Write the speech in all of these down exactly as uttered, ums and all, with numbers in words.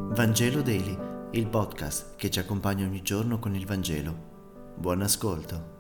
Vangelo Daily, il podcast che ci accompagna ogni giorno con il Vangelo. Buon ascolto.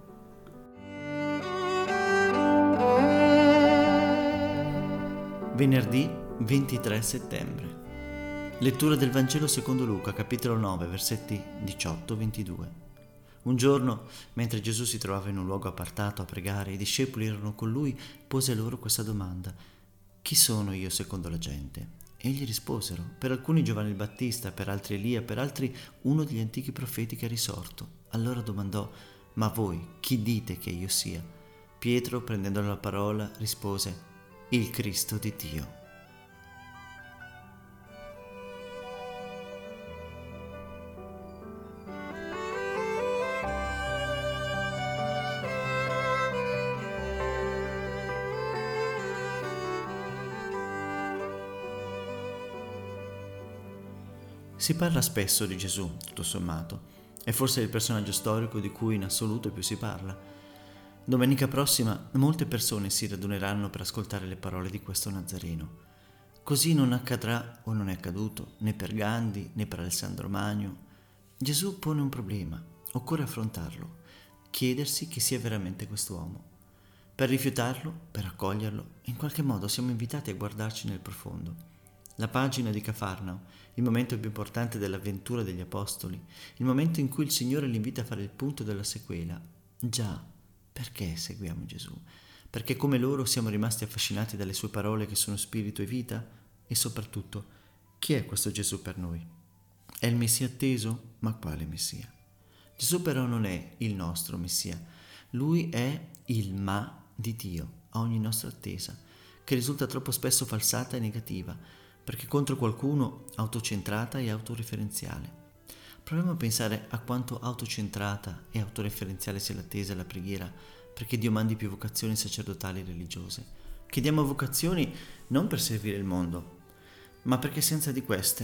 Venerdì ventitré settembre. Lettura del Vangelo secondo Luca, capitolo nove, versetti diciotto ventidue. Un giorno, mentre Gesù si trovava in un luogo appartato a pregare, i discepoli erano con lui, pose loro questa domanda: chi sono io secondo la gente? E gli risposero: per alcuni Giovanni il Battista, per altri Elia, per altri uno degli antichi profeti che è risorto. Allora domandò: ma voi chi dite che io sia? Pietro, prendendo la parola, rispose: il Cristo di Dio. Si parla spesso di Gesù, tutto sommato. È forse il personaggio storico di cui in assoluto più si parla. Domenica prossima molte persone si raduneranno per ascoltare le parole di questo Nazareno. Così non accadrà o non è accaduto né per Gandhi né per Alessandro Magno. Gesù pone un problema, occorre affrontarlo, chiedersi chi sia veramente quest'uomo. Per rifiutarlo, per accoglierlo, in qualche modo siamo invitati a guardarci nel profondo. La pagina di Cafarnao, il momento più importante dell'avventura degli Apostoli, il momento in cui il Signore li invita a fare il punto della sequela. Già, perché seguiamo Gesù? Perché come loro siamo rimasti affascinati dalle sue parole che sono spirito e vita? E soprattutto, chi è questo Gesù per noi? È il Messia atteso? Ma quale Messia? Gesù però non è il nostro Messia, lui è il ma di Dio a ogni nostra attesa, che risulta troppo spesso falsata e negativa, perché contro qualcuno autocentrata e autoreferenziale. Proviamo a pensare a quanto autocentrata e autoreferenziale sia l'attesa e la preghiera perché Dio mandi più vocazioni sacerdotali e religiose. Chiediamo vocazioni non per servire il mondo, ma perché senza di queste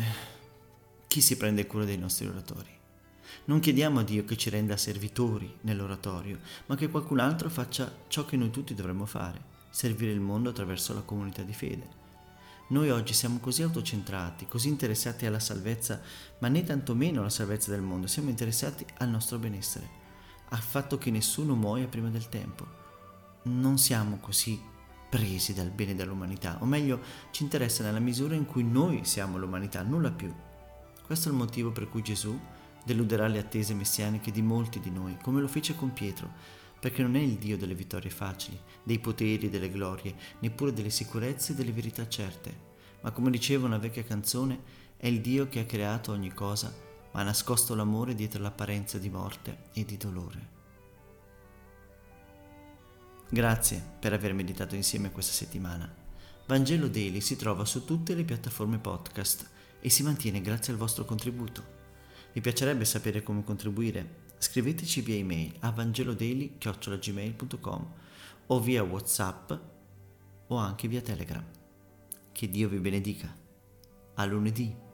chi si prende cura dei nostri oratori? Non chiediamo a Dio che ci renda servitori nell'oratorio, ma che qualcun altro faccia ciò che noi tutti dovremmo fare, servire il mondo attraverso la comunità di fede. Noi oggi siamo così autocentrati, così interessati alla salvezza, ma né tantomeno alla salvezza del mondo, siamo interessati al nostro benessere, al fatto che nessuno muoia prima del tempo. Non siamo così presi dal bene dell'umanità, o meglio, ci interessa nella misura in cui noi siamo l'umanità, nulla più. Questo è il motivo per cui Gesù deluderà le attese messianiche di molti di noi, come lo fece con Pietro, perché non è il Dio delle vittorie facili, dei poteri e delle glorie, neppure delle sicurezze e delle verità certe, ma come diceva una vecchia canzone, è il Dio che ha creato ogni cosa, ma ha nascosto l'amore dietro l'apparenza di morte e di dolore. Grazie per aver meditato insieme questa settimana. Vangelo Daily si trova su tutte le piattaforme podcast e si mantiene grazie al vostro contributo. Vi piacerebbe sapere come contribuire? Scriveteci via email a vangelodaily chiocciola gmail punto com o via WhatsApp o anche via Telegram. Che Dio vi benedica. A lunedì.